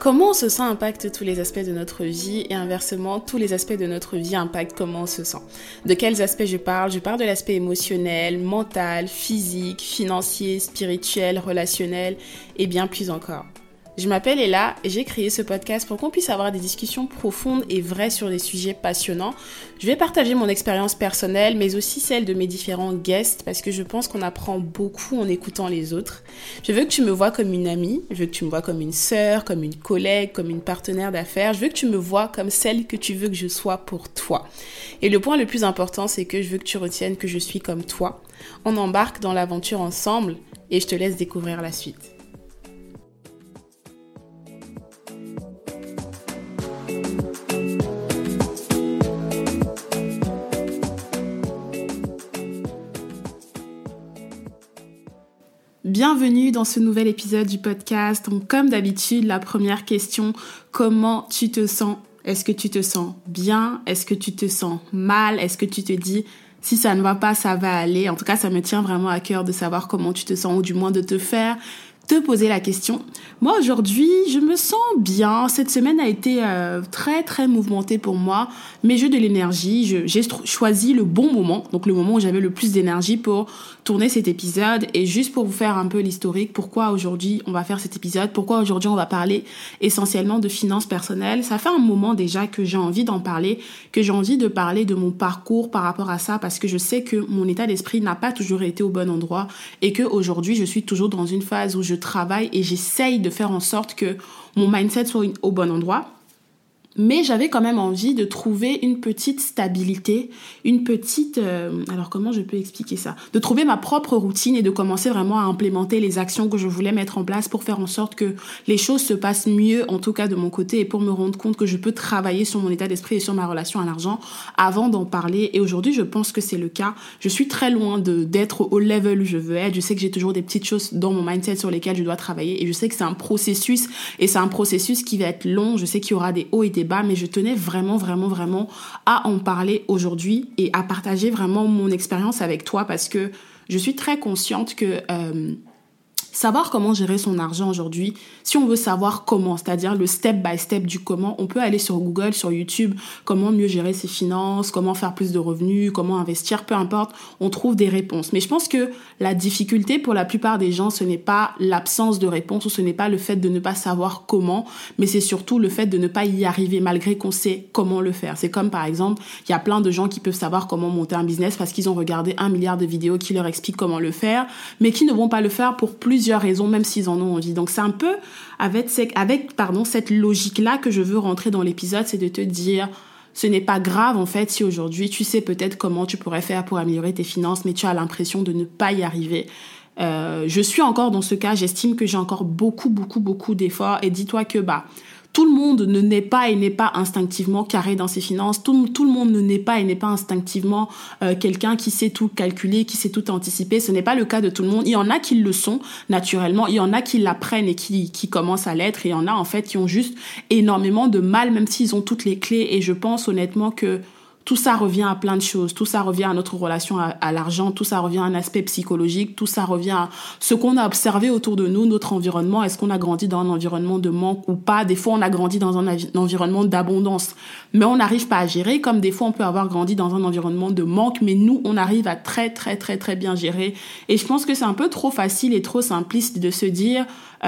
Comment on se sent impacte tous les aspects de notre vie et inversement, tous les aspects de notre vie impactent comment on se sent. De quels aspects je parle? Je parle de l'aspect émotionnel, mental, physique, financier, spirituel, relationnel et bien plus encore. Je m'appelle Ella et j'ai créé ce podcast pour qu'on puisse avoir des discussions profondes et vraies sur des sujets passionnants. Je vais partager mon expérience personnelle, mais aussi celle de mes différents guests, parce que je pense qu'on apprend beaucoup en écoutant les autres. Je veux que tu me vois comme une amie, je veux que tu me vois comme une sœur, comme une collègue, comme une partenaire d'affaires. Je veux que tu me vois comme celle que tu veux que je sois pour toi. Et le point le plus important, c'est que je veux que tu retiennes que je suis comme toi. On embarque dans l'aventure ensemble et je te laisse découvrir la suite. Bienvenue dans ce nouvel épisode du podcast. Donc, comme d'habitude, la première question, comment tu te sens? Est-ce que tu te sens bien? Est-ce que tu te sens mal? Est-ce que tu te dis, si ça ne va pas, ça va aller? En tout cas, ça me tient vraiment à cœur de savoir comment tu te sens, ou du moins de te poser la question. Moi, aujourd'hui, je me sens bien. Cette semaine a été très, très mouvementée pour moi, mais j'ai de l'énergie. J'ai choisi le bon moment, donc le moment où j'avais le plus d'énergie pour tourner cet épisode. Et juste pour vous faire un peu l'historique, pourquoi aujourd'hui on va faire cet épisode, pourquoi aujourd'hui on va parler essentiellement de finances personnelles. Ça fait un moment déjà que j'ai envie d'en parler, que j'ai envie de parler de mon parcours par rapport à ça, parce que je sais que mon état d'esprit n'a pas toujours été au bon endroit et qu'aujourd'hui, je suis toujours dans une phase où je travaille et j'essaye de faire en sorte que mon mindset soit au bon endroit. Mais j'avais quand même envie de trouver une petite stabilité, alors comment je peux expliquer ça? De trouver ma propre routine et de commencer vraiment à implémenter les actions que je voulais mettre en place pour faire en sorte que les choses se passent mieux, en tout cas de mon côté, et pour me rendre compte que je peux travailler sur mon état d'esprit et sur ma relation à l'argent avant d'en parler. Et aujourd'hui, je pense que c'est le cas. Je suis très loin d'être au level où je veux être. Je sais que j'ai toujours des petites choses dans mon mindset sur lesquelles je dois travailler et je sais que c'est un processus et c'est un processus qui va être long. Je sais qu'il y aura des hauts et des bas, mais je tenais vraiment à en parler aujourd'hui et à partager vraiment mon expérience avec toi parce que je suis très consciente que savoir comment gérer son argent aujourd'hui, si on veut savoir comment, c'est-à-dire le step by step du comment, on peut aller sur Google, sur YouTube, comment mieux gérer ses finances, comment faire plus de revenus, comment investir, peu importe, on trouve des réponses. Mais je pense que la difficulté pour la plupart des gens, ce n'est pas l'absence de réponse ou ce n'est pas le fait de ne pas savoir comment, mais c'est surtout le fait de ne pas y arriver malgré qu'on sait comment le faire. C'est comme par exemple, il y a plein de gens qui peuvent savoir comment monter un business parce qu'ils ont regardé 1 milliard de vidéos qui leur expliquent comment le faire, mais qui ne vont pas le faire pour plusieurs raisons, même s'ils en ont envie. Donc c'est un peu avec cette logique-là que je veux rentrer dans l'épisode, c'est de te dire, ce n'est pas grave en fait si aujourd'hui tu sais peut-être comment tu pourrais faire pour améliorer tes finances, mais tu as l'impression de ne pas y arriver. Je suis encore dans ce cas, j'estime que j'ai encore beaucoup d'efforts et dis-toi que tout le monde ne naît pas et n'est pas instinctivement carré dans ses finances. Tout le monde ne naît pas et n'est pas instinctivement quelqu'un qui sait tout calculer, qui sait tout anticiper. Ce n'est pas le cas de tout le monde. Il y en a qui le sont naturellement. Il y en a qui l'apprennent et qui commencent à l'être. Et il y en a en fait qui ont juste énormément de mal, même s'ils ont toutes les clés. Et je pense honnêtement que tout ça revient à plein de choses. Tout ça revient à notre relation à l'argent. Tout ça revient à un aspect psychologique. Tout ça revient à ce qu'on a observé autour de nous, notre environnement. Est-ce qu'on a grandi dans un environnement de manque ou pas? Des fois, on a grandi dans un environnement d'abondance, mais on n'arrive pas à gérer. Comme des fois, on peut avoir grandi dans un environnement de manque, mais nous, on arrive à très bien gérer. Et je pense que c'est un peu trop facile et trop simpliste de se dire,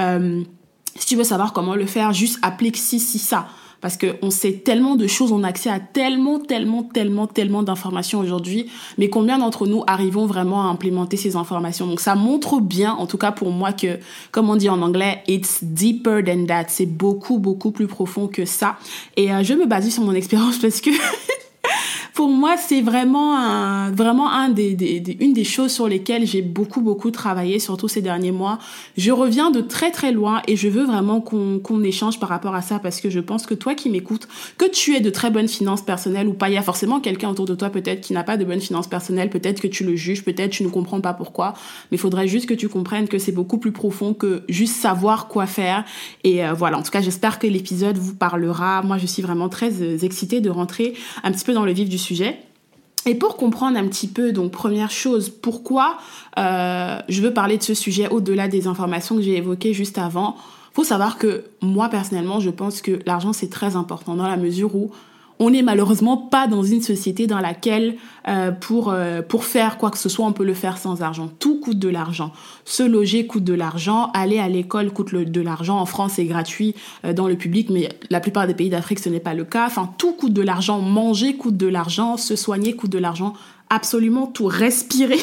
si tu veux savoir comment le faire, juste applique ci, ça. Parce qu'on sait tellement de choses, on a accès à tellement d'informations aujourd'hui, mais combien d'entre nous arrivons vraiment à implémenter ces informations? Donc ça montre bien, en tout cas pour moi, que, comme on dit en anglais, it's deeper than that. C'est beaucoup plus profond que ça. Et je me base sur mon expérience parce que pour moi, c'est vraiment une des choses sur lesquelles j'ai beaucoup travaillé, surtout ces derniers mois. Je reviens de très loin et je veux vraiment qu'on échange par rapport à ça parce que je pense que toi qui m'écoutes, que tu aies de très bonnes finances personnelles ou pas, il y a forcément quelqu'un autour de toi peut-être qui n'a pas de bonnes finances personnelles, peut-être que tu le juges, peut-être tu ne comprends pas pourquoi, mais il faudrait juste que tu comprennes que c'est beaucoup plus profond que juste savoir quoi faire. Et voilà, en tout cas, j'espère que l'épisode vous parlera. Moi, je suis vraiment très excitée de rentrer un petit peu dans le vif du sujet. Et pour comprendre un petit peu, donc première chose, pourquoi je veux parler de ce sujet au-delà des informations que j'ai évoquées juste avant. Faut savoir que moi, personnellement, je pense que l'argent, c'est très important dans la mesure où on n'est malheureusement pas dans une société dans laquelle pour faire quoi que ce soit, on peut le faire sans argent. Tout coûte de l'argent. Se loger coûte de l'argent. Aller à l'école coûte de l'argent. En France, c'est gratuit dans le public, mais la plupart des pays d'Afrique, ce n'est pas le cas. Enfin, tout coûte de l'argent. Manger coûte de l'argent. Se soigner coûte de l'argent. Absolument tout. Respirer.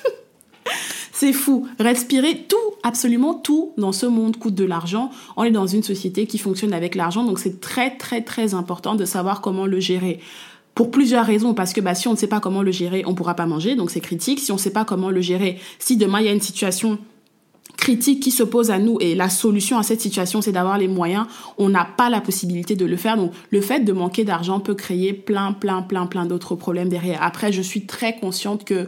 C'est fou. Respirer, tout, absolument tout dans ce monde coûte de l'argent. On est dans une société qui fonctionne avec l'argent, donc c'est très, très, très important de savoir comment le gérer. Pour plusieurs raisons, parce que si on ne sait pas comment le gérer, on ne pourra pas manger, donc c'est critique. Si on ne sait pas comment le gérer, si demain il y a une situation critique qui se pose à nous et la solution à cette situation, c'est d'avoir les moyens, on n'a pas la possibilité de le faire. Donc, le fait de manquer d'argent peut créer plein d'autres problèmes derrière. Après, je suis très consciente que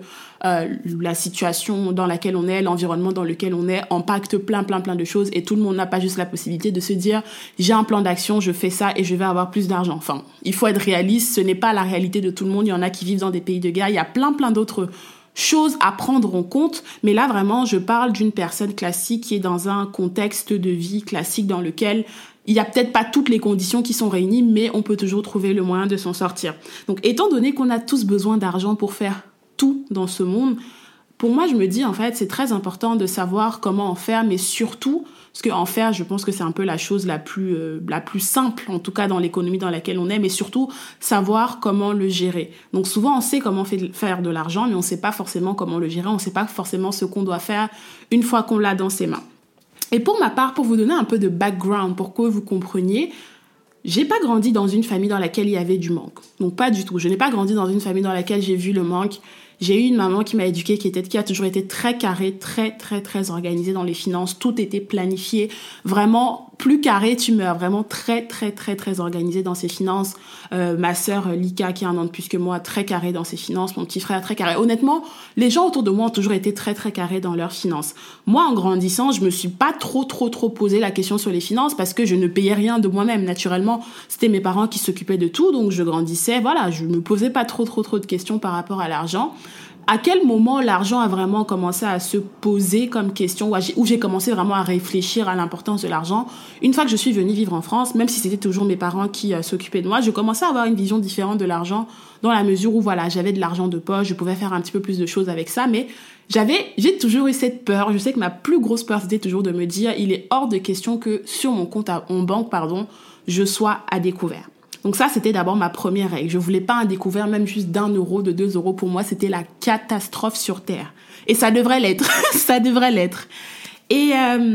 la situation dans laquelle on est, l'environnement dans lequel on est, impacte plein de choses et tout le monde n'a pas juste la possibilité de se dire j'ai un plan d'action, je fais ça et je vais avoir plus d'argent. Enfin, il faut être réaliste, ce n'est pas la réalité de tout le monde. Il y en a qui vivent dans des pays de guerre, il y a plein d'autres choses à prendre en compte, mais là vraiment je parle d'une personne classique qui est dans un contexte de vie classique dans lequel il y a peut-être pas toutes les conditions qui sont réunies, mais on peut toujours trouver le moyen de s'en sortir. Donc étant donné qu'on a tous besoin d'argent pour faire tout dans ce monde, pour moi je me dis en fait c'est très important de savoir comment en faire, mais surtout parce qu'en faire, je pense que c'est un peu la chose la plus simple, en tout cas dans l'économie dans laquelle on est, mais surtout savoir comment le gérer. Donc souvent, on sait comment faire de l'argent, mais on ne sait pas forcément comment le gérer, on ne sait pas forcément ce qu'on doit faire une fois qu'on l'a dans ses mains. Et pour ma part, pour vous donner un peu de background, pour que vous compreniez, j'ai pas grandi dans une famille dans laquelle il y avait du manque. Donc pas du tout. Je n'ai pas grandi dans une famille dans laquelle j'ai vu le manque. J'ai eu une maman qui m'a éduquée, qui a toujours été très carrée, très organisée dans les finances. Tout était planifié. Vraiment, plus carré, tu meurs. Vraiment très organisée dans ses finances. Ma sœur Lika, qui a 1 an de plus que moi, très carrée dans ses finances. Mon petit frère, très carré. Honnêtement, les gens autour de moi ont toujours été très carrés dans leurs finances. Moi, en grandissant, je me suis pas trop posé la question sur les finances parce que je ne payais rien de moi-même. Naturellement, c'était mes parents qui s'occupaient de tout. Donc, je grandissais. Voilà, je me posais pas trop de questions par rapport à l'argent. À quel moment l'argent a vraiment commencé à se poser comme question, où j'ai commencé vraiment à réfléchir à l'importance de l'argent? Une fois que je suis venue vivre en France, même si c'était toujours mes parents qui s'occupaient de moi, je commençais à avoir une vision différente de l'argent dans la mesure où voilà, j'avais de l'argent de poche, je pouvais faire un petit peu plus de choses avec ça, mais j'ai toujours eu cette peur. Je sais que ma plus grosse peur, c'était toujours de me dire, il est hors de question que sur mon compte en banque, je sois à découvert. Donc ça, c'était d'abord ma première règle. Je voulais pas un découvert, même juste d'€1, de 2€. Pour moi, c'était la catastrophe sur Terre. Et ça devrait l'être. Ça devrait l'être. Et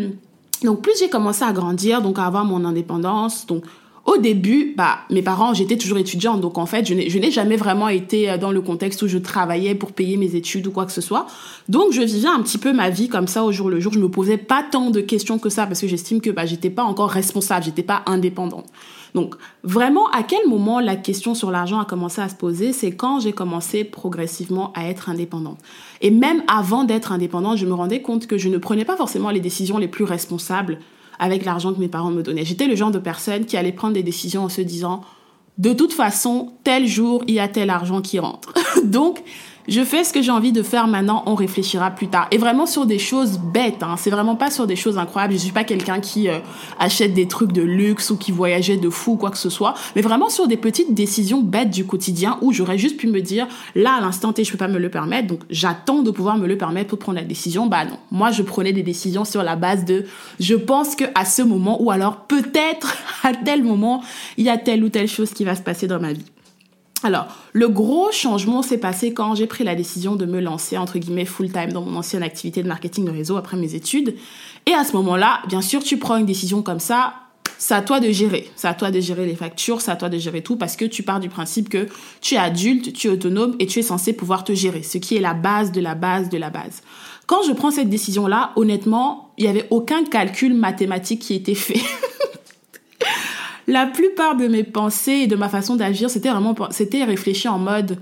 donc, plus j'ai commencé à grandir, donc à avoir mon indépendance, donc au début, mes parents, j'étais toujours étudiante. Donc en fait, je n'ai jamais vraiment été dans le contexte où je travaillais pour payer mes études ou quoi que ce soit. Donc je vivais un petit peu ma vie comme ça au jour le jour. Je me posais pas tant de questions que ça parce que j'estime que j'étais pas encore responsable, j'étais pas indépendante. Donc, vraiment, à quel moment la question sur l'argent a commencé à se poser? C'est quand j'ai commencé progressivement à être indépendante. Et même avant d'être indépendante, je me rendais compte que je ne prenais pas forcément les décisions les plus responsables avec l'argent que mes parents me donnaient. J'étais le genre de personne qui allait prendre des décisions en se disant « De toute façon, tel jour, il y a tel argent qui rentre. » Donc, je fais ce que j'ai envie de faire maintenant, on réfléchira plus tard. Et vraiment sur des choses bêtes, hein. C'est vraiment pas sur des choses incroyables. Je suis pas quelqu'un qui achète des trucs de luxe ou qui voyageait de fou ou quoi que ce soit. Mais vraiment sur des petites décisions bêtes du quotidien où j'aurais juste pu me dire, là, à l'instant T, je peux pas me le permettre. Donc, j'attends de pouvoir me le permettre pour prendre la décision. Non. Moi, je prenais des décisions sur la base de, je pense que à ce moment ou alors peut-être à tel moment, il y a telle ou telle chose qui va se passer dans ma vie. Alors, le gros changement s'est passé quand j'ai pris la décision de me lancer, entre guillemets, full-time dans mon ancienne activité de marketing de réseau après mes études. Et à ce moment-là, bien sûr, tu prends une décision comme ça, c'est à toi de gérer. C'est à toi de gérer les factures, c'est à toi de gérer tout parce que tu pars du principe que tu es adulte, tu es autonome et tu es censé pouvoir te gérer, ce qui est la base de la base de la base. Quand je prends cette décision-là, honnêtement, il n'y avait aucun calcul mathématique qui était fait. La plupart de mes pensées et de ma façon d'agir, c'était réfléchi en mode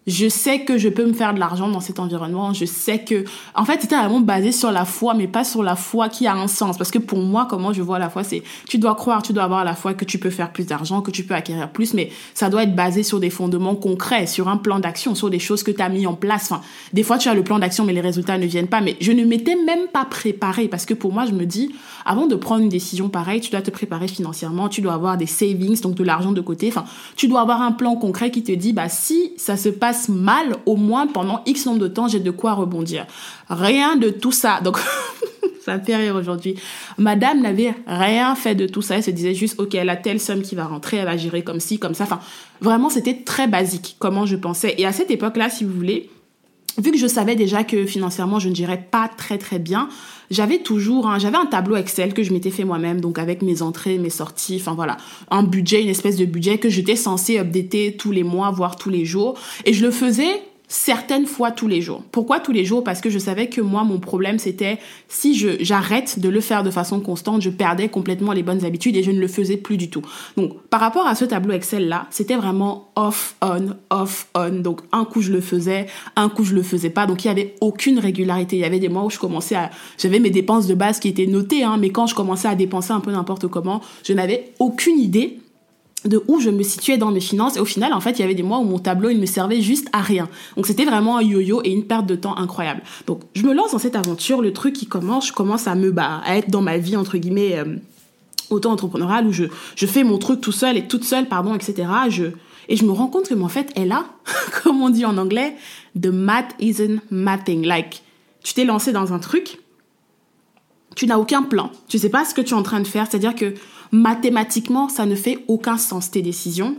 Je sais que je peux me faire de l'argent dans cet environnement. Je sais que... En fait, c'était vraiment basé sur la foi, mais pas sur la foi qui a un sens. Parce que pour moi, comment je vois la foi, c'est... Tu dois croire, tu dois avoir la foi que tu peux faire plus d'argent, que tu peux acquérir plus, mais ça doit être basé sur des fondements concrets, sur un plan d'action, sur des choses que tu as mis en place. Enfin, des fois, tu as le plan d'action, mais les résultats ne viennent pas. Mais je ne m'étais même pas préparée parce que pour moi, je me dis, avant de prendre une décision pareille, tu dois te préparer financièrement, tu dois avoir des savings, donc de l'argent de côté. Enfin, tu dois avoir un plan concret qui te dit, si ça se passe mal, au moins pendant X nombre de temps, j'ai de quoi rebondir. Rien de tout ça. Donc, ça me fait rire aujourd'hui. Madame n'avait rien fait de tout ça. Elle se disait juste, OK, elle a telle somme qui va rentrer, elle va gérer comme ci, comme ça. Enfin, vraiment, c'était très basique comment je pensais. Et à cette époque-là, si vous voulez, vu que je savais déjà que financièrement, je ne gérais pas très, très bien, j'avais un tableau Excel que je m'étais fait moi-même, donc avec mes entrées, mes sorties, enfin voilà, un budget, une espèce de budget que j'étais censée updater tous les mois, voire tous les jours. Et je le faisais certaines fois tous les jours. Pourquoi tous les jours? Parce que je savais que moi, mon problème, c'était si j'arrête de le faire de façon constante, je perdais complètement les bonnes habitudes et je ne le faisais plus du tout. Donc, par rapport à ce tableau Excel-là, c'était vraiment off-on. Donc, un coup, je le faisais, un coup, je le faisais pas. Donc, il y avait aucune régularité. Il y avait des mois où j'avais mes dépenses de base qui étaient notées, mais quand je commençais à dépenser un peu n'importe comment, je n'avais aucune idée de où je me situais dans mes finances. Et au final, en fait, il y avait des mois où mon tableau, il me servait juste à rien. Donc, c'était vraiment un yo-yo et une perte de temps incroyable. Donc, je me lance dans cette aventure. Le truc je commence à à être dans ma vie, entre guillemets, auto-entrepreneuriale, où je fais mon truc tout seul et toute seule, etc. Et je me rends compte que, en fait, elle a, comme on dit en anglais, the math isn't mathing. Like, tu t'es lancé dans un truc, tu n'as aucun plan. Tu sais pas ce que tu es en train de faire. C'est-à-dire que mathématiquement, ça ne fait aucun sens, tes décisions.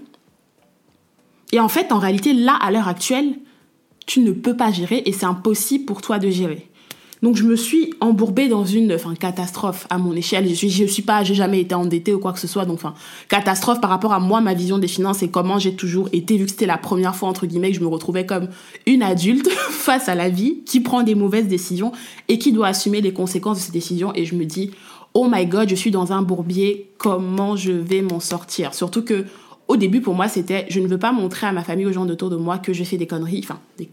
Et en fait, en réalité, là, à l'heure actuelle, tu ne peux pas gérer et c'est impossible pour toi de gérer. Donc, je me suis embourbée dans une catastrophe à mon échelle. J'ai jamais été endettée ou quoi que ce soit. Donc, catastrophe par rapport à moi, ma vision des finances et comment j'ai toujours été, vu que c'était la première fois, entre guillemets, que je me retrouvais comme une adulte face à la vie qui prend des mauvaises décisions et qui doit assumer les conséquences de ces décisions. Et je me dis, oh my God, je suis dans un bourbier, comment je vais m'en sortir? Surtout que, au début, pour moi, c'était, je ne veux pas montrer à ma famille, aux gens autour de moi, que j'ai fait des conneries.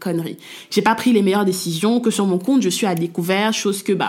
J'ai pas pris les meilleures décisions, que sur mon compte, je suis à découvert, chose que,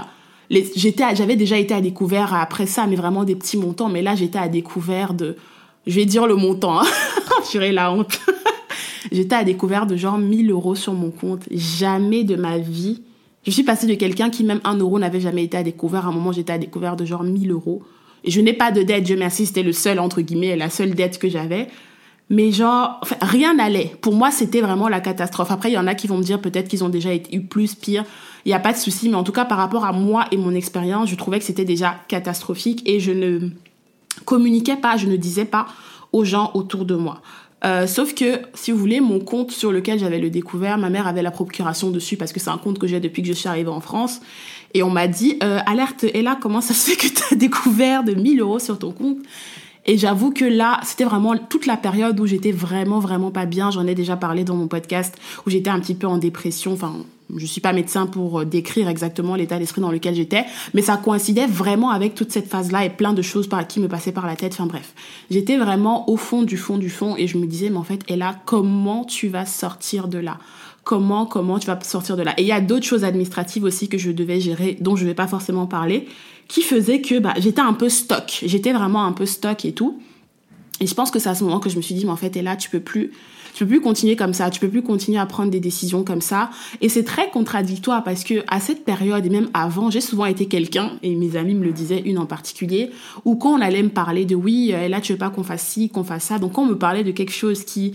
j'avais déjà été à découvert après ça, mais vraiment des petits montants. Mais là, j'étais à découvert je vais dire le montant, j'aurais la honte. J'étais à découvert de genre 1 000 € sur mon compte. Jamais de ma vie. Je suis passée de quelqu'un qui, même 1 € n'avait jamais été à découvert. À un moment, j'étais à découvert de genre 1 000 €. Et je n'ai pas de dette, Dieu merci, c'était le seul, entre guillemets, la seule dette que j'avais. Mais rien n'allait. Pour moi, c'était vraiment la catastrophe. Après, il y en a qui vont me dire peut-être qu'ils ont déjà eu plus, pire. Il n'y a pas de souci. Mais en tout cas, par rapport à moi et mon expérience, je trouvais que c'était déjà catastrophique. Et je ne communiquais pas, je ne disais pas aux gens autour de moi. Sauf que, si vous voulez, mon compte sur lequel j'avais le découvert, ma mère avait la procuration dessus parce que c'est un compte que j'ai depuis que je suis arrivée en France. Et on m'a dit, alerte, Ella, comment ça se fait que tu as découvert de 1 000 € sur ton compte? Et j'avoue que là, c'était vraiment toute la période où j'étais vraiment, vraiment pas bien. J'en ai déjà parlé dans mon podcast, où j'étais un petit peu en dépression. Enfin, je suis pas médecin pour décrire exactement l'état d'esprit dans lequel j'étais, mais ça coïncidait vraiment avec toute cette phase-là et plein de choses qui me passaient par la tête. Enfin bref, j'étais vraiment au fond du fond et je me disais, mais en fait, Ella, comment tu vas sortir de là? Comment tu vas sortir de là? Et il y a d'autres choses administratives aussi que je devais gérer, dont je vais pas forcément parler, qui faisaient que j'étais un peu stock. J'étais vraiment un peu stock et tout. Et je pense que c'est à ce moment que je me suis dit, mais en fait, Ella, tu peux plus continuer comme ça, tu peux plus continuer à prendre des décisions comme ça. Et c'est très contradictoire parce que à cette période et même avant, j'ai souvent été quelqu'un, et mes amis me le disaient, une en particulier, où quand on allait me parler de oui, là tu veux pas qu'on fasse ci, qu'on fasse ça, donc quand on me parlait de quelque chose qui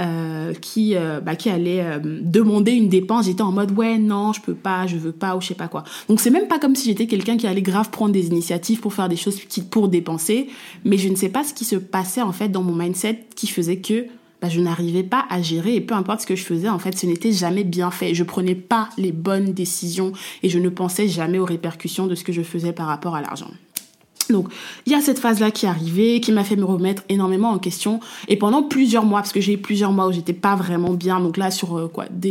allait demander une dépense, j'étais en mode ouais, non, je peux pas, je veux pas, ou je sais pas quoi. Donc c'est même pas comme si j'étais quelqu'un qui allait grave prendre des initiatives pour faire des choses pour dépenser, mais je ne sais pas ce qui se passait en fait dans mon mindset qui faisait que je n'arrivais pas à gérer et peu importe ce que je faisais, en fait, ce n'était jamais bien fait. Je prenais pas les bonnes décisions et je ne pensais jamais aux répercussions de ce que je faisais par rapport à l'argent. Donc, il y a cette phase-là qui est arrivée, qui m'a fait me remettre énormément en question. Et pendant plusieurs mois, parce que j'ai eu plusieurs mois où j'étais pas vraiment bien, donc là, sur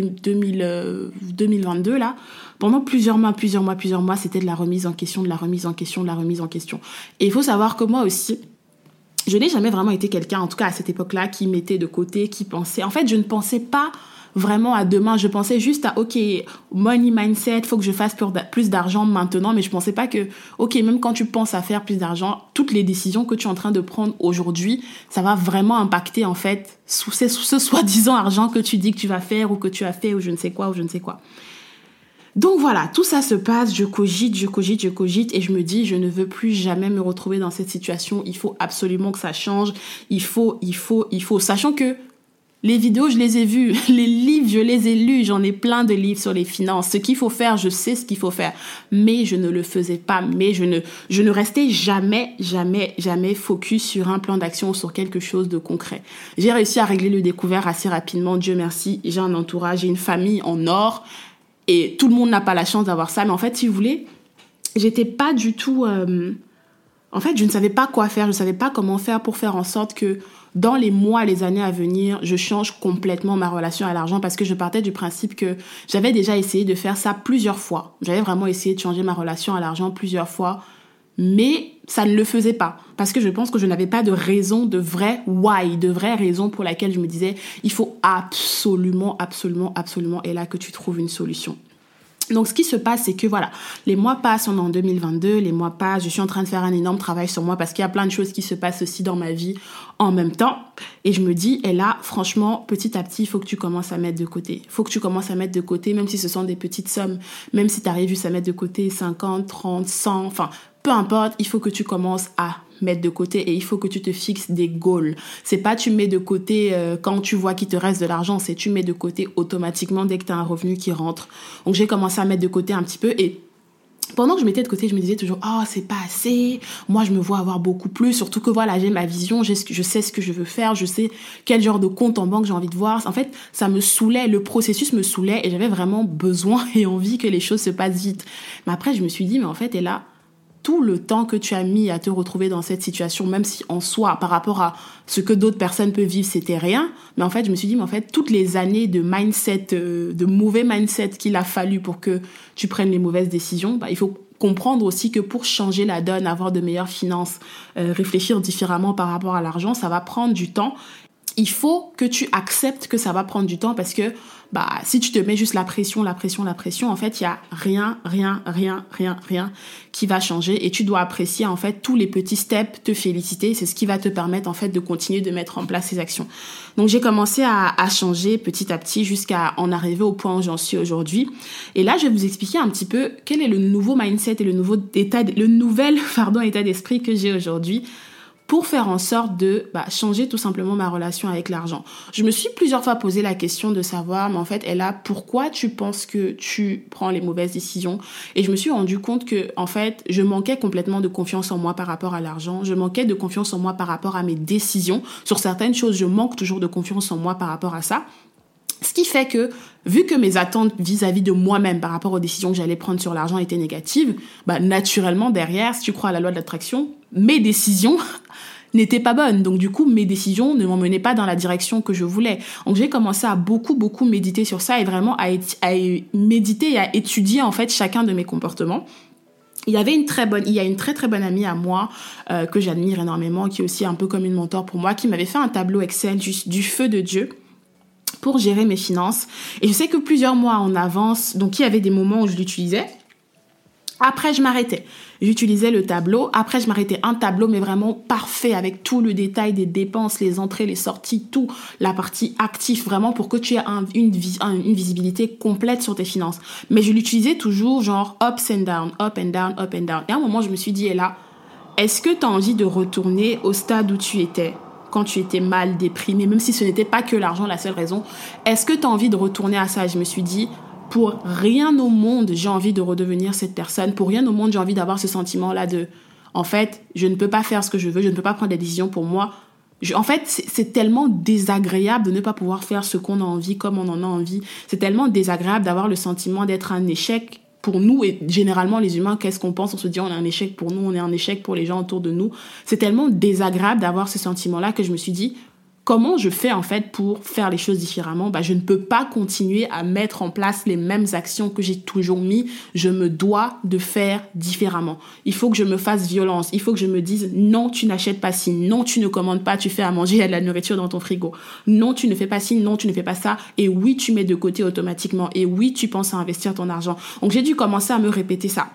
2022, là, pendant plusieurs mois, c'était de la remise en question. Et il faut savoir que moi aussi, je n'ai jamais vraiment été quelqu'un, en tout cas à cette époque-là, qui mettait de côté, qui pensait... En fait, je ne pensais pas vraiment à demain. Je pensais juste à, ok, money mindset, faut que je fasse plus d'argent maintenant, mais je pensais pas que, ok, même quand tu penses à faire plus d'argent, toutes les décisions que tu es en train de prendre aujourd'hui, ça va vraiment impacter, en fait, sous ce soi-disant argent que tu dis que tu vas faire ou que tu as fait ou je ne sais quoi. Donc voilà, tout ça se passe, je cogite et je me dis, je ne veux plus jamais me retrouver dans cette situation. Il faut absolument que ça change. Il faut. Sachant que les vidéos, je les ai vues. Les livres, je les ai lus. J'en ai plein de livres sur les finances. Ce qu'il faut faire, je sais ce qu'il faut faire. Mais je ne le faisais pas. Mais je ne restais jamais focus sur un plan d'action ou sur quelque chose de concret. J'ai réussi à régler le découvert assez rapidement. Dieu merci. J'ai un entourage, j'ai une famille en or. Et tout le monde n'a pas la chance d'avoir ça. Mais en fait, si vous voulez, j'étais pas du tout... En fait, je ne savais pas quoi faire. Je ne savais pas comment faire pour faire en sorte que dans les mois, les années à venir, je change complètement ma relation à l'argent parce que je partais du principe que j'avais déjà essayé de faire ça plusieurs fois. J'avais vraiment essayé de changer ma relation à l'argent plusieurs fois. Mais ça ne le faisait pas. Parce que je pense que je n'avais pas de raison, de vraie raison pour laquelle je me disais, il faut absolument, et là que tu trouves une solution. Donc, ce qui se passe, c'est que voilà, les mois passent, on est en 2022, les mois passent, je suis en train de faire un énorme travail sur moi parce qu'il y a plein de choses qui se passent aussi dans ma vie en même temps. Et je me dis, et là, franchement, petit à petit, il faut que tu commences à mettre de côté. Il faut que tu commences à mettre de côté, même si ce sont des petites sommes, même si tu arrives juste à mettre de côté 50, 30, 100, enfin, peu importe, il faut que tu commences à mettre de côté et il faut que tu te fixes des goals. C'est pas tu mets de côté quand tu vois qu'il te reste de l'argent, c'est tu mets de côté automatiquement dès que tu as un revenu qui rentre. Donc j'ai commencé à mettre de côté un petit peu et pendant que je mettais de côté, je me disais toujours « Oh, c'est pas assez. Moi, je me vois avoir beaucoup plus. » Surtout que voilà, j'ai ma vision, je sais ce que je veux faire, je sais quel genre de compte en banque j'ai envie de voir. En fait, ça me saoulait, le processus me saoulait et j'avais vraiment besoin et envie que les choses se passent vite. Mais après, je me suis dit « Mais en fait, et là, tout le temps que tu as mis à te retrouver dans cette situation, même si en soi, par rapport à ce que d'autres personnes peuvent vivre, c'était rien. Mais en fait, je me suis dit, mais en fait, toutes les années de mindset, de mauvais mindset qu'il a fallu pour que tu prennes les mauvaises décisions, il faut comprendre aussi que pour changer la donne, avoir de meilleures finances, réfléchir différemment par rapport à l'argent, ça va prendre du temps. Il faut que tu acceptes que ça va prendre du temps parce que si tu te mets juste la pression, en fait, il y a rien qui va changer et tu dois apprécier en fait tous les petits steps, te féliciter, c'est ce qui va te permettre en fait de continuer de mettre en place ces actions. Donc j'ai commencé à changer petit à petit jusqu'à en arriver au point où j'en suis aujourd'hui. Et là, je vais vous expliquer un petit peu quel est le nouveau mindset et le nouvel état d'esprit que j'ai aujourd'hui pour faire en sorte de changer tout simplement ma relation avec l'argent. Je me suis plusieurs fois posé la question de savoir, mais en fait, pourquoi tu penses que tu prends les mauvaises décisions? Et je me suis rendu compte que, en fait, je manquais complètement de confiance en moi par rapport à l'argent. Je manquais de confiance en moi par rapport à mes décisions. Sur certaines choses, je manque toujours de confiance en moi par rapport à ça. Ce qui fait que, vu que mes attentes vis-à-vis de moi-même par rapport aux décisions que j'allais prendre sur l'argent étaient négatives, naturellement, derrière, si tu crois à la loi de l'attraction, mes décisions n'étaient pas bonnes. Donc, du coup, mes décisions ne m'emmenaient pas dans la direction que je voulais. Donc, j'ai commencé à beaucoup méditer sur ça et vraiment à méditer et à étudier, en fait, chacun de mes comportements. Il y a une très bonne amie à moi que j'admire énormément, qui est aussi un peu comme une mentor pour moi, qui m'avait fait un tableau Excel du feu de Dieu pour gérer mes finances. Et je sais que plusieurs mois en avance, donc il y avait des moments où je l'utilisais. Après, je m'arrêtais. J'utilisais le tableau. Après, je m'arrêtais. Un tableau, mais vraiment parfait, avec tout le détail des dépenses, les entrées, les sorties, tout, la partie active, vraiment pour que tu aies une visibilité complète sur tes finances. Mais je l'utilisais toujours genre ups and down, up and down, up and down. Et à un moment, je me suis dit, et là, est-ce que tu as envie de retourner au stade où tu étais quand tu étais mal, déprimé, même si ce n'était pas que l'argent la seule raison? Est-ce que tu as envie de retourner à ça? Et je me suis dit, pour rien au monde, j'ai envie de redevenir cette personne. Pour rien au monde, j'ai envie d'avoir ce sentiment-là de, en fait, je ne peux pas faire ce que je veux, je ne peux pas prendre des décisions pour moi. En fait, c'est tellement désagréable de ne pas pouvoir faire ce qu'on a envie comme on en a envie. C'est tellement désagréable d'avoir le sentiment d'être un échec pour nous. Et généralement, les humains, qu'est-ce qu'on pense? On se dit, on est un échec pour nous, on est un échec pour les gens autour de nous. C'est tellement désagréable d'avoir ce sentiment-là que je me suis dit, comment je fais en fait pour faire les choses différemment? Je ne peux pas continuer à mettre en place les mêmes actions que j'ai toujours mis. Je me dois de faire différemment. Il faut que je me fasse violence. Il faut que je me dise non, tu n'achètes pas ci, non, tu ne commandes pas, tu fais à manger, il y a de la nourriture dans ton frigo. Non, tu ne fais pas ci, non, tu ne fais pas ça. Et oui, tu mets de côté automatiquement. Et oui, tu penses à investir ton argent. Donc j'ai dû commencer à me répéter ça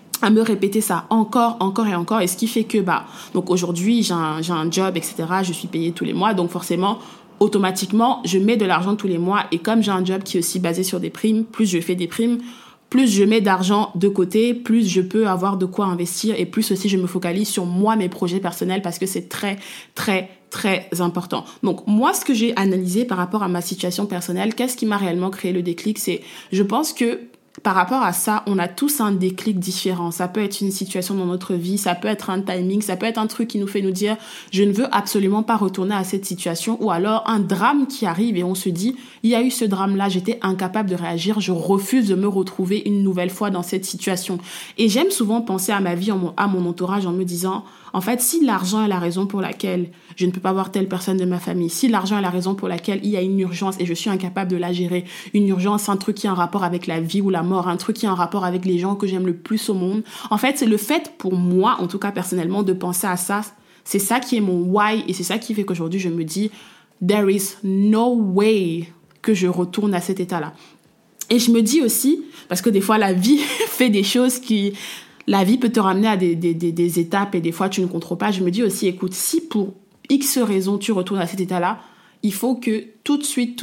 encore et encore, et ce qui fait que donc aujourd'hui j'ai un job, etc. Je suis payée tous les mois, donc forcément automatiquement je mets de l'argent tous les mois, et comme j'ai un job qui est aussi basé sur des primes, plus je fais des primes, plus je mets d'argent de côté, plus je peux avoir de quoi investir, et plus aussi je me focalise sur moi, mes projets personnels, parce que c'est très très très important. Donc moi, ce que j'ai analysé par rapport à ma situation personnelle, qu'est-ce qui m'a réellement créé le déclic, c'est, je pense que par rapport à ça, on a tous un déclic différent. Ça peut être une situation dans notre vie, ça peut être un timing, ça peut être un truc qui nous fait nous dire « je ne veux absolument pas retourner à cette situation » ou alors un drame qui arrive et on se dit « il y a eu ce drame-là, j'étais incapable de réagir, je refuse de me retrouver une nouvelle fois dans cette situation ». Et j'aime souvent penser à ma vie, à mon entourage en me disant « en fait, si l'argent est la raison pour laquelle je ne peux pas voir telle personne de ma famille, si l'argent est la raison pour laquelle il y a une urgence et je suis incapable de la gérer, une urgence, un truc qui a un rapport avec la vie ou la mort, un truc qui a un rapport avec les gens que j'aime le plus au monde. En fait, c'est le fait pour moi, en tout cas personnellement, de penser à ça. C'est ça qui est mon why et c'est ça qui fait qu'aujourd'hui, je me dis « there is no way que je retourne à cet état-là ». Et je me dis aussi, parce que des fois, la vie fait des choses qui... La vie peut te ramener à des étapes et des fois, tu ne contrôles pas. Je me dis aussi, écoute, si pour X raison, tu retournes à cet état-là, il faut que tout de suite,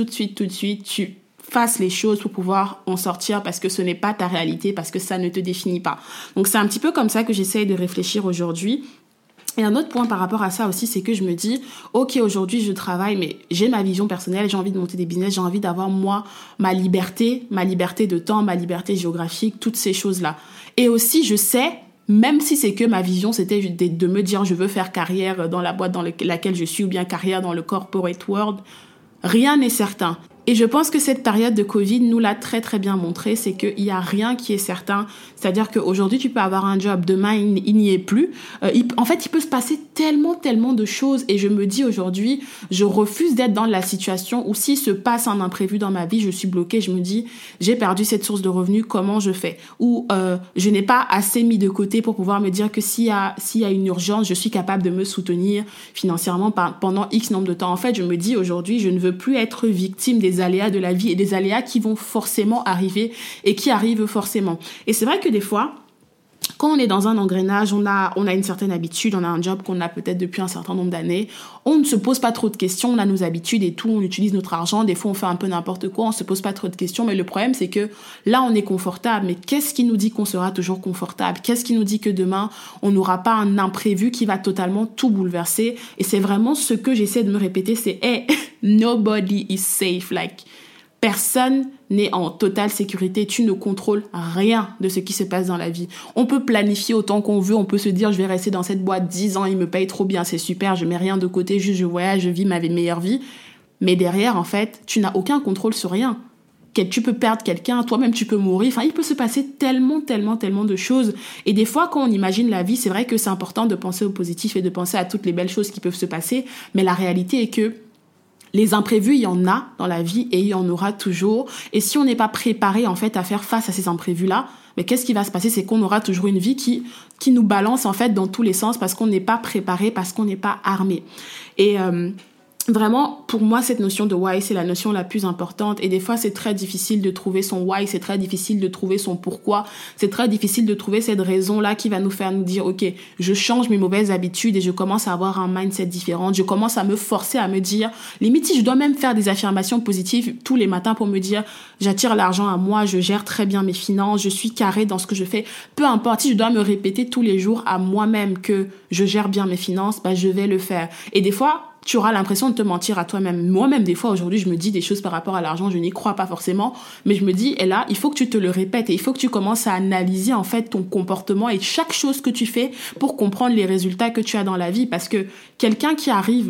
tu fasses les choses pour pouvoir en sortir parce que ce n'est pas ta réalité, parce que ça ne te définit pas. Donc, c'est un petit peu comme ça que j'essaye de réfléchir aujourd'hui. Et un autre point par rapport à ça aussi, c'est que je me dis, ok, aujourd'hui je travaille, mais j'ai ma vision personnelle, j'ai envie de monter des business, j'ai envie d'avoir moi ma liberté de temps, ma liberté géographique, toutes ces choses-là. Et aussi, je sais, même si c'est que ma vision, c'était de me dire, je veux faire carrière dans la boîte dans laquelle je suis, ou bien carrière dans le corporate world, rien n'est certain. Et je pense que cette période de Covid nous l'a très très bien montré, c'est qu'il n'y a rien qui est certain. C'est-à-dire qu'aujourd'hui, tu peux avoir un job, demain, il n'y est plus. En fait, il peut se passer tellement de choses. Et je me dis aujourd'hui, je refuse d'être dans la situation où s'il se passe un imprévu dans ma vie, je suis bloquée. Je me dis, j'ai perdu cette source de revenus, comment je fais? Ou je n'ai pas assez mis de côté pour pouvoir me dire que s'il y a une urgence, je suis capable de me soutenir financièrement pendant X nombre de temps. En fait, je me dis aujourd'hui, je ne veux plus être victime des aléas de la vie et des aléas qui vont forcément arriver et qui arrivent forcément. Et c'est vrai que des fois, quand on est dans un engrenage, on a une certaine habitude, on a un job qu'on a peut-être depuis un certain nombre d'années, on ne se pose pas trop de questions, on a nos habitudes et tout, on utilise notre argent, des fois on fait un peu n'importe quoi, on se pose pas trop de questions, mais le problème c'est que là on est confortable, mais qu'est-ce qui nous dit qu'on sera toujours confortable? Qu'est-ce qui nous dit que demain on n'aura pas un imprévu qui va totalement tout bouleverser? Et c'est vraiment ce que j'essaie de me répéter, c'est hey, nobody is safe, like personne n'est en totale sécurité. Tu ne contrôles rien de ce qui se passe dans la vie. On peut planifier autant qu'on veut. On peut se dire, je vais rester dans cette boîte 10 ans, il me paye trop bien, c'est super, je mets rien de côté, juste je voyage, je vis ma meilleure vie. Mais derrière, en fait, tu n'as aucun contrôle sur rien. Tu peux perdre quelqu'un, toi-même tu peux mourir. Enfin, il peut se passer tellement de choses. Et des fois, quand on imagine la vie, c'est vrai que c'est important de penser au positif et de penser à toutes les belles choses qui peuvent se passer. Mais la réalité est que les imprévus, il y en a dans la vie et il y en aura toujours. Et si on n'est pas préparé en fait à faire face à ces imprévus-là, mais qu'est-ce qui va se passer? C'est qu'on aura toujours une vie qui nous balance en fait dans tous les sens parce qu'on n'est pas préparé, parce qu'on n'est pas armé. Et vraiment, pour moi, cette notion de why, c'est la notion la plus importante. Et des fois, c'est très difficile de trouver son why, c'est très difficile de trouver son pourquoi, c'est très difficile de trouver cette raison-là qui va nous faire nous dire, ok, je change mes mauvaises habitudes et je commence à avoir un mindset différent. Je commence à me forcer à me dire, limite, si je dois même faire des affirmations positives tous les matins pour me dire, j'attire l'argent à moi, je gère très bien mes finances, je suis carré dans ce que je fais. Peu importe, si je dois me répéter tous les jours à moi-même que je gère bien mes finances, je vais le faire. Et des fois, tu auras l'impression de te mentir à toi-même. Moi-même, des fois, aujourd'hui, je me dis des choses par rapport à l'argent, je n'y crois pas forcément, mais je me dis, et là, il faut que tu te le répètes et il faut que tu commences à analyser, en fait, ton comportement et chaque chose que tu fais pour comprendre les résultats que tu as dans la vie. Parce que quelqu'un qui arrive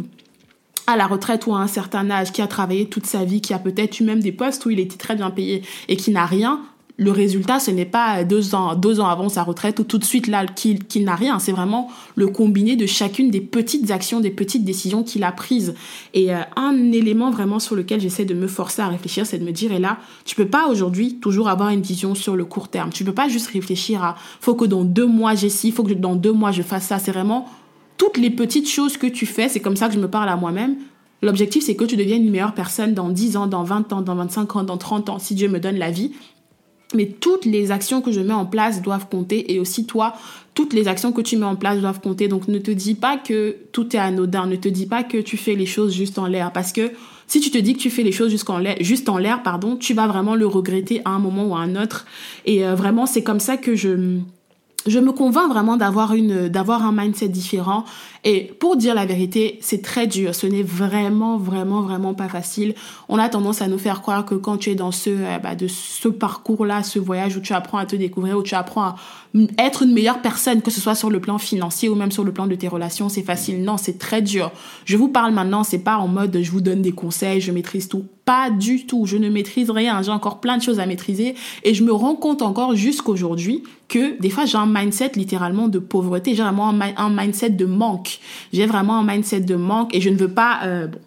à la retraite ou à un certain âge, qui a travaillé toute sa vie, qui a peut-être eu même des postes où il était très bien payé et qui n'a rien, le résultat, ce n'est pas 2 ans avant sa retraite ou tout de suite là qu'il n'a rien. C'est vraiment le combiné de chacune des petites actions, des petites décisions qu'il a prises. Et un élément vraiment sur lequel j'essaie de me forcer à réfléchir, c'est de me dire, et là, tu peux pas aujourd'hui toujours avoir une vision sur le court terme. Tu peux pas juste réfléchir à, faut que dans 2 mois j'ai ci, faut que dans 2 mois je fasse ça. C'est vraiment toutes les petites choses que tu fais. C'est comme ça que je me parle à moi-même. L'objectif, c'est que tu deviennes une meilleure personne dans 10 ans, dans 20 ans, dans 25 ans, dans 30 ans, si Dieu me donne la vie. Mais toutes les actions que je mets en place doivent compter et aussi toi, toutes les actions que tu mets en place doivent compter. Donc ne te dis pas que tout est anodin, ne te dis pas que tu fais les choses juste en l'air parce que si tu te dis que tu fais les choses juste en l'air, tu vas vraiment le regretter à un moment ou à un autre. Et vraiment, c'est comme ça que je me convainc vraiment d'avoir un mindset différent. Et pour dire la vérité, c'est très dur. Ce n'est vraiment, vraiment, vraiment pas facile. On a tendance à nous faire croire que quand tu es dans de ce parcours-là, ce voyage où tu apprends à te découvrir, où tu apprends à être une meilleure personne, que ce soit sur le plan financier ou même sur le plan de tes relations, c'est facile. Non, c'est très dur. Je vous parle maintenant, c'est pas en mode je vous donne des conseils, je maîtrise tout. Pas du tout. Je ne maîtrise rien. J'ai encore plein de choses à maîtriser et je me rends compte encore jusqu'aujourd'hui que des fois j'ai un mindset littéralement de pauvreté. J'ai vraiment un mindset de manque. J'ai vraiment un mindset de manque et je ne veux pas...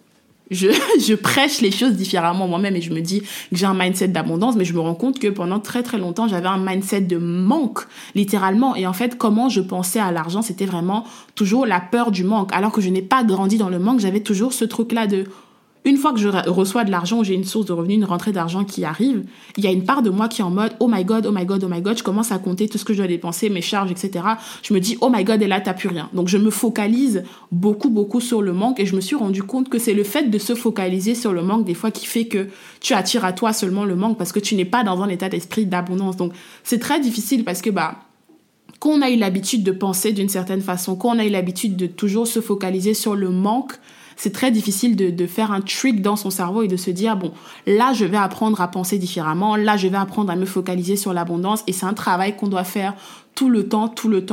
Je prêche les choses différemment moi-même et je me dis que j'ai un mindset d'abondance, mais je me rends compte que pendant très très longtemps, j'avais un mindset de manque, littéralement. Et en fait, comment je pensais à l'argent, c'était vraiment toujours la peur du manque. Alors que je n'ai pas grandi dans le manque, j'avais toujours ce truc-là de... Une fois que je reçois de l'argent, j'ai une source de revenus, une rentrée d'argent qui arrive, il y a une part de moi qui est en mode « Oh my God, oh my God, oh my God », je commence à compter tout ce que je dois dépenser, mes charges, etc. Je me dis « Oh my God », et là, t'as plus rien. Donc, je me focalise beaucoup, beaucoup sur le manque et je me suis rendu compte que c'est le fait de se focaliser sur le manque des fois qui fait que tu attires à toi seulement le manque parce que tu n'es pas dans un état d'esprit d'abondance. Donc, c'est très difficile parce que, quand on a eu l'habitude de penser d'une certaine façon, quand on a eu l'habitude de toujours se focaliser sur le manque, c'est très difficile de faire un trick dans son cerveau et de se dire, bon, là, je vais apprendre à penser différemment, là, je vais apprendre à me focaliser sur l'abondance et c'est un travail qu'on doit faire tout le temps.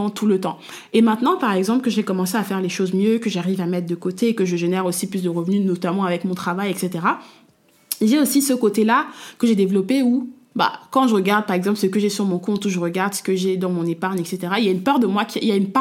Et maintenant, par exemple, que j'ai commencé à faire les choses mieux, que j'arrive à mettre de côté, que je génère aussi plus de revenus, notamment avec mon travail, etc., j'ai aussi ce côté-là que j'ai développé où quand je regarde, par exemple, ce que j'ai sur mon compte, ou je regarde ce que j'ai dans mon épargne, etc., il y a une part de moi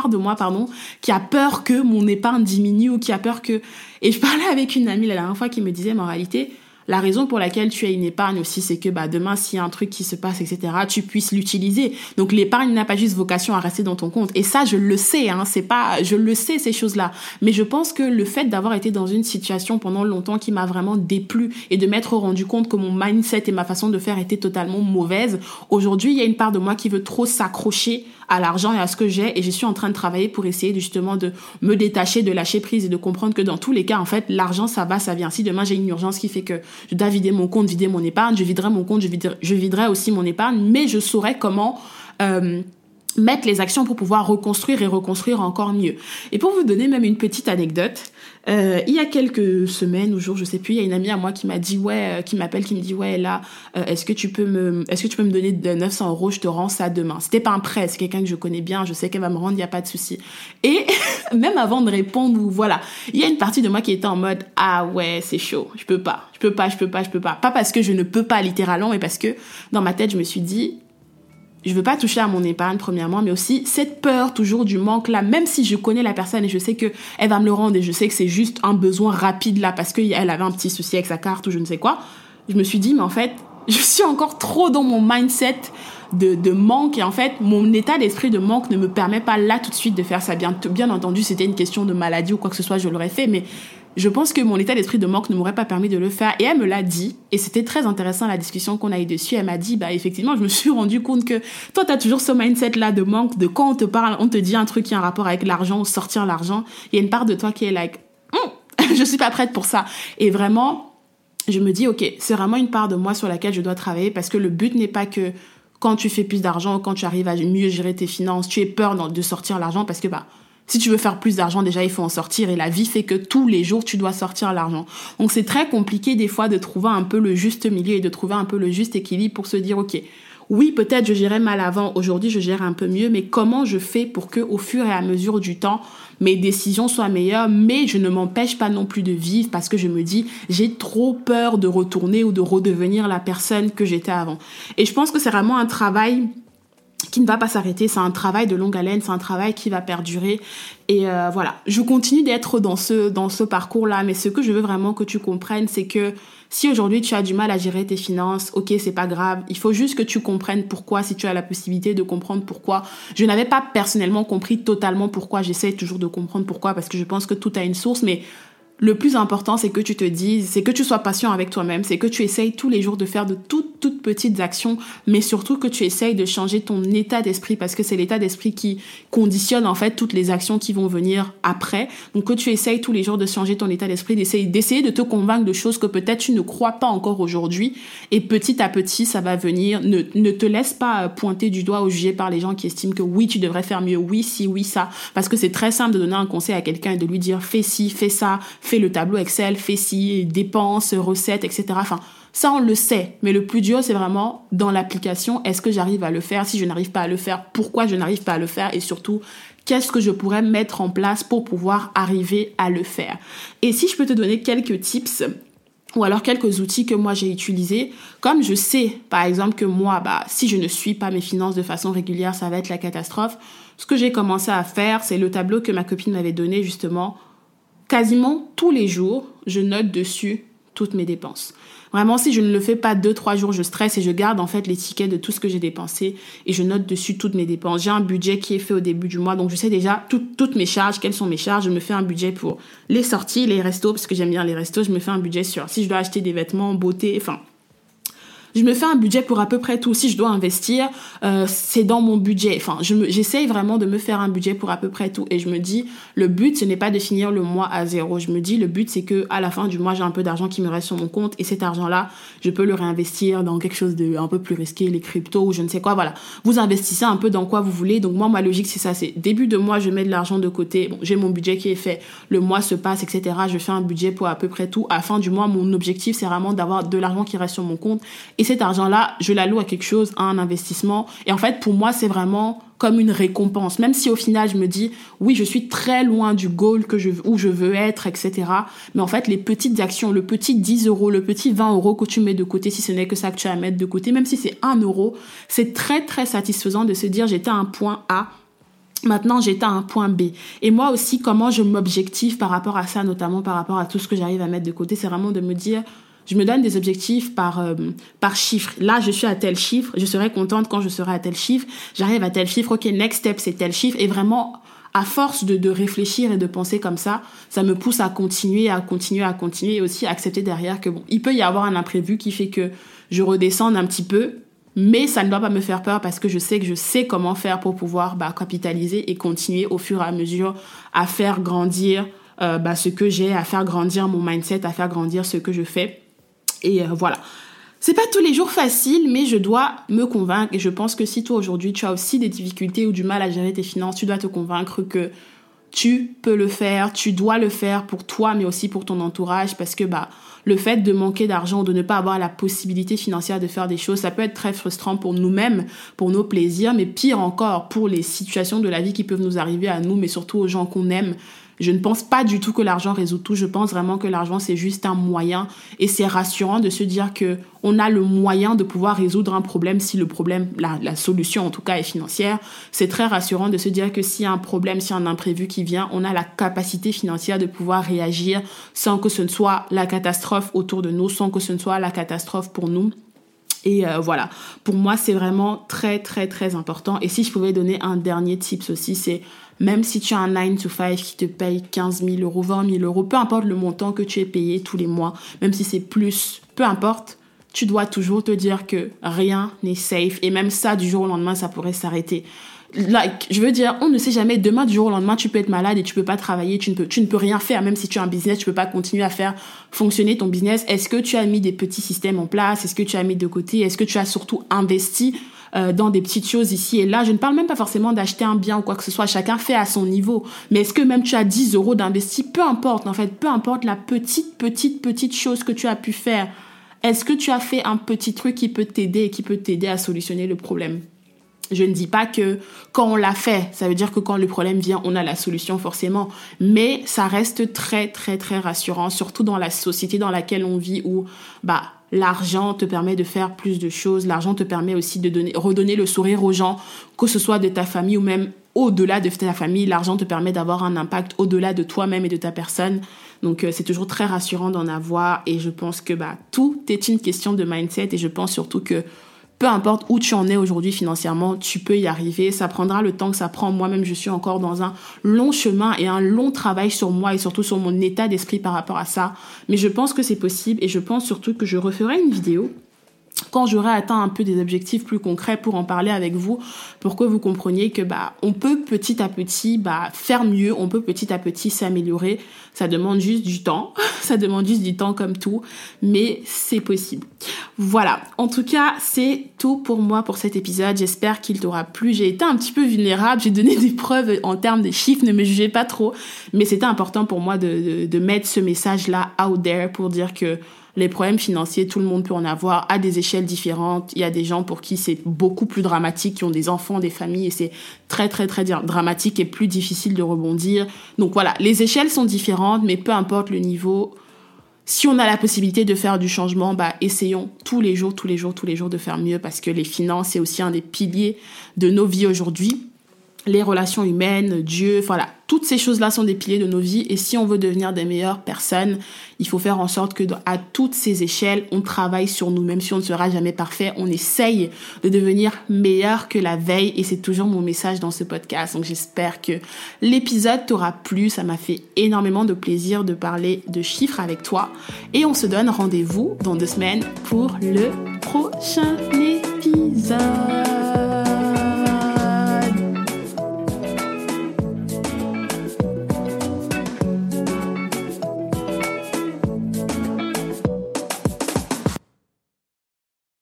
qui a peur que mon épargne diminue ou qui a peur que... Et je parlais avec une amie la dernière fois qui me disait, mais en réalité, la raison pour laquelle tu as une épargne aussi, c'est que demain, s'il y a un truc qui se passe, etc., tu puisses l'utiliser. Donc, l'épargne n'a pas juste vocation à rester dans ton compte. Et ça, je le sais, je le sais, ces choses-là. Mais je pense que le fait d'avoir été dans une situation pendant longtemps qui m'a vraiment déplu et de m'être rendu compte que mon mindset et ma façon de faire étaient totalement mauvaises, aujourd'hui, il y a une part de moi qui veut trop s'accrocher à l'argent et à ce que j'ai et je suis en train de travailler pour essayer justement de me détacher, de lâcher prise et de comprendre que dans tous les cas, en fait, l'argent, ça va, ça vient. Si demain, j'ai une urgence qui fait que je dois vider mon compte, vider mon épargne, je viderai mon compte, je viderai aussi mon épargne, mais je saurai comment mettre les actions pour pouvoir reconstruire et reconstruire encore mieux. Et pour vous donner même une petite anecdote, il y a quelques semaines ou jours, je sais plus, il y a une amie à moi qui m'a dit qui m'appelle, qui me dit là, est-ce que tu peux me donner 900 €, je te rends ça demain. C'était pas un prêt, c'est quelqu'un que je connais bien, je sais qu'elle va me rendre, il y a pas de souci. Et même avant de répondre, voilà, il y a une partie de moi qui était en mode ah ouais, c'est chaud, je peux pas. Pas parce que je ne peux pas littéralement, mais parce que dans ma tête, je me suis dit je veux pas toucher à mon épargne, premièrement, mais aussi cette peur toujours du manque là, même si je connais la personne et je sais que elle va me le rendre et je sais que c'est juste un besoin rapide là parce qu'elle avait un petit souci avec sa carte ou je ne sais quoi, je me suis dit, mais en fait, je suis encore trop dans mon mindset de manque et en fait, mon état d'esprit de manque ne me permet pas là tout de suite de faire ça. Bien entendu, c'était une question de maladie ou quoi que ce soit, je l'aurais fait, mais je pense que mon état d'esprit de manque ne m'aurait pas permis de le faire. Et elle me l'a dit. Et c'était très intéressant la discussion qu'on a eue dessus. Elle m'a dit, effectivement, je me suis rendu compte que toi, t'as toujours ce mindset-là de manque, de quand on te parle, on te dit un truc qui a un rapport avec l'argent ou sortir l'argent. Il y a une part de toi qui est like, je suis pas prête pour ça. Et vraiment, je me dis, ok, c'est vraiment une part de moi sur laquelle je dois travailler parce que le but n'est pas que quand tu fais plus d'argent, quand tu arrives à mieux gérer tes finances, tu aies peur de sortir l'argent parce que, si tu veux faire plus d'argent, déjà, il faut en sortir. Et la vie fait que tous les jours, tu dois sortir l'argent. Donc, c'est très compliqué des fois de trouver un peu le juste milieu et de trouver un peu le juste équilibre pour se dire, ok, oui, peut-être je gérais mal avant, aujourd'hui je gère un peu mieux, mais comment je fais pour que au fur et à mesure du temps, mes décisions soient meilleures, mais je ne m'empêche pas non plus de vivre parce que je me dis, j'ai trop peur de retourner ou de redevenir la personne que j'étais avant. Et je pense que c'est vraiment un travail qui ne va pas s'arrêter, c'est un travail de longue haleine, c'est un travail qui va perdurer. Et voilà, je continue d'être dans ce parcours-là, mais ce que je veux vraiment que tu comprennes, c'est que si aujourd'hui tu as du mal à gérer tes finances, ok, c'est pas grave, il faut juste que tu comprennes pourquoi, si tu as la possibilité de comprendre pourquoi. Je n'avais pas personnellement compris totalement pourquoi, j'essaie toujours de comprendre pourquoi, parce que je pense que tout a une source, mais le plus important, c'est que tu te dises, c'est que tu sois patient avec toi-même, c'est que tu essayes tous les jours de faire de toutes petites actions, mais surtout que tu essayes de changer ton état d'esprit, parce que c'est l'état d'esprit qui conditionne en fait toutes les actions qui vont venir après. Donc que tu essayes tous les jours de changer ton état d'esprit, d'essayer de te convaincre de choses que peut-être tu ne crois pas encore aujourd'hui, et petit à petit, ça va venir. Ne te laisse pas pointer du doigt ou juger par les gens qui estiment que oui, tu devrais faire mieux, oui, si, oui, ça, parce que c'est très simple de donner un conseil à quelqu'un et de lui dire fais ci, fais ça, fais le tableau Excel, fais ci, dépenses, recettes, etc. Enfin, ça, on le sait. Mais le plus dur, c'est vraiment dans l'application. Est-ce que j'arrive à le faire? Si je n'arrive pas à le faire, pourquoi je n'arrive pas à le faire? Et surtout, qu'est-ce que je pourrais mettre en place pour pouvoir arriver à le faire? Et si je peux te donner quelques tips ou alors quelques outils que moi j'ai utilisés, comme je sais, par exemple, que moi, si je ne suis pas mes finances de façon régulière, ça va être la catastrophe. Ce que j'ai commencé à faire, c'est le tableau que ma copine m'avait donné, justement. Quasiment tous les jours, je note dessus toutes mes dépenses. Vraiment, si je ne le fais pas 2-3 jours, je stresse et je garde en fait l'étiquette de tout ce que j'ai dépensé et je note dessus toutes mes dépenses. J'ai un budget qui est fait au début du mois, donc je sais déjà toutes mes charges, quelles sont mes charges. Je me fais un budget pour les sorties, les restos, parce que j'aime bien les restos. Je me fais un budget sur si je dois acheter des vêtements, beauté, enfin... Je me fais un budget pour à peu près tout. Si je dois investir, c'est dans mon budget. Enfin, j'essaye vraiment de me faire un budget pour à peu près tout. Et je me dis, le but, ce n'est pas de finir le mois à zéro. Je me dis, le but, c'est que à la fin du mois, j'ai un peu d'argent qui me reste sur mon compte. Et cet argent-là, je peux le réinvestir dans quelque chose de un peu plus risqué, les cryptos ou je ne sais quoi. Voilà. Vous investissez un peu dans quoi vous voulez. Donc moi, ma logique, c'est ça. C'est début de mois, je mets de l'argent de côté. Bon, j'ai mon budget qui est fait. Le mois se passe, etc. Je fais un budget pour à peu près tout. À la fin du mois, mon objectif, c'est vraiment d'avoir de l'argent qui reste sur mon compte. Et cet argent-là, je l'alloue à quelque chose, à un investissement. Et en fait, pour moi, c'est vraiment comme une récompense. Même si au final, je me dis, oui, je suis très loin du goal où je veux être, etc. Mais en fait, les petites actions, le petit 10 euros, le petit 20 euros que tu mets de côté, si ce n'est que ça que tu as à mettre de côté, même si c'est 1 euro, c'est très, très satisfaisant de se dire, j'étais à un point A. Maintenant, j'étais à un point B. Et moi aussi, comment je m'objective par rapport à ça, notamment par rapport à tout ce que j'arrive à mettre de côté, c'est vraiment de me dire, je me donne des objectifs par chiffre. Là, je suis à tel chiffre, je serai contente quand je serai à tel chiffre. J'arrive à tel chiffre, ok, next step, c'est tel chiffre. Et vraiment, à force de réfléchir et de penser comme ça me pousse à continuer et aussi à accepter derrière que bon, il peut y avoir un imprévu qui fait que je redescende un petit peu. Mais ça ne doit pas me faire peur parce que je sais comment faire pour pouvoir capitaliser et continuer au fur et à mesure à faire grandir ce que j'ai, à faire grandir mon mindset, à faire grandir ce que je fais. Et voilà. C'est pas tous les jours facile, mais je dois me convaincre. Et je pense que si toi aujourd'hui tu as aussi des difficultés ou du mal à gérer tes finances, tu dois te convaincre que tu peux le faire, tu dois le faire pour toi, mais aussi pour ton entourage, parce que le fait de manquer d'argent ou de ne pas avoir la possibilité financière de faire des choses, ça peut être très frustrant pour nous-mêmes, pour nos plaisirs, mais pire encore pour les situations de la vie qui peuvent nous arriver à nous, mais surtout aux gens qu'on aime. Je ne pense pas du tout que l'argent résout tout. Je pense vraiment que l'argent, c'est juste un moyen. Et c'est rassurant de se dire que on a le moyen de pouvoir résoudre un problème si le problème, la solution en tout cas est financière. C'est très rassurant de se dire que s'il y a un problème, s'il y a un imprévu qui vient, on a la capacité financière de pouvoir réagir sans que ce ne soit la catastrophe autour de nous, sans que ce ne soit la catastrophe pour nous. Et voilà, pour moi, c'est vraiment très, très, très important. Et si je pouvais donner un dernier tips aussi, c'est même si tu as un 9 to 5 qui te paye 15 000 euros, 20 000 euros, peu importe le montant que tu es payé tous les mois, même si c'est plus, peu importe, tu dois toujours te dire que rien n'est safe. Et même ça, du jour au lendemain, ça pourrait s'arrêter. Je veux dire, on ne sait jamais, demain, du jour au lendemain, tu peux être malade et tu peux pas travailler, tu ne peux rien faire, même si tu as un business, tu peux pas continuer à faire fonctionner ton business. Est-ce que tu as mis des petits systèmes en place? Est-ce que tu as mis de côté? Est-ce que tu as surtout investi dans des petites choses ici et là? Je ne parle même pas forcément d'acheter un bien ou quoi que ce soit, chacun fait à son niveau. Mais est-ce que même tu as 10 euros d'investi? Peu importe, en fait, peu importe la petite chose que tu as pu faire. Est-ce que tu as fait un petit truc qui peut t'aider et qui peut t'aider à solutionner le problème? Je ne dis pas que quand on l'a fait, ça veut dire que quand le problème vient, on a la solution forcément. Mais ça reste très, très, très rassurant, surtout dans la société dans laquelle on vit où, l'argent te permet de faire plus de choses. L'argent te permet aussi de redonner le sourire aux gens, que ce soit de ta famille ou même au-delà de ta famille. L'argent te permet d'avoir un impact au-delà de toi-même et de ta personne. Donc, c'est toujours très rassurant d'en avoir. Et je pense que, tout est une question de mindset. Et je pense surtout que peu importe où tu en es aujourd'hui financièrement, tu peux y arriver. Ça prendra le temps que ça prend. Moi-même, je suis encore dans un long chemin et un long travail sur moi et surtout sur mon état d'esprit par rapport à ça. Mais je pense que c'est possible et je pense surtout que je referai une vidéo quand j'aurai atteint un peu des objectifs plus concrets pour en parler avec vous, pour que vous compreniez que on peut petit à petit faire mieux, on peut petit à petit s'améliorer. Ça demande juste du temps, ça demande juste du temps comme tout, mais c'est possible. Voilà, en tout cas, c'est tout pour moi pour cet épisode. J'espère qu'il t'aura plu. J'ai été un petit peu vulnérable, j'ai donné des preuves en termes de chiffres, ne me jugez pas trop, mais c'était important pour moi de mettre ce message-là out there pour dire que les problèmes financiers, tout le monde peut en avoir à des échelles différentes. Il y a des gens pour qui c'est beaucoup plus dramatique, qui ont des enfants, des familles, et c'est très, très, très dramatique et plus difficile de rebondir. Donc voilà, les échelles sont différentes, mais peu importe le niveau, si on a la possibilité de faire du changement, essayons tous les jours de faire mieux, parce que les finances, c'est aussi un des piliers de nos vies aujourd'hui. Les relations humaines, Dieu, voilà, toutes ces choses-là sont des piliers de nos vies. Et si on veut devenir des meilleures personnes, il faut faire en sorte que à toutes ces échelles, on travaille sur nous. Même si on ne sera jamais parfait, on essaye de devenir meilleur que la veille. Et c'est toujours mon message dans ce podcast. Donc j'espère que l'épisode t'aura plu. Ça m'a fait énormément de plaisir de parler de chiffres avec toi. Et on se donne rendez-vous dans 2 semaines pour le prochain épisode.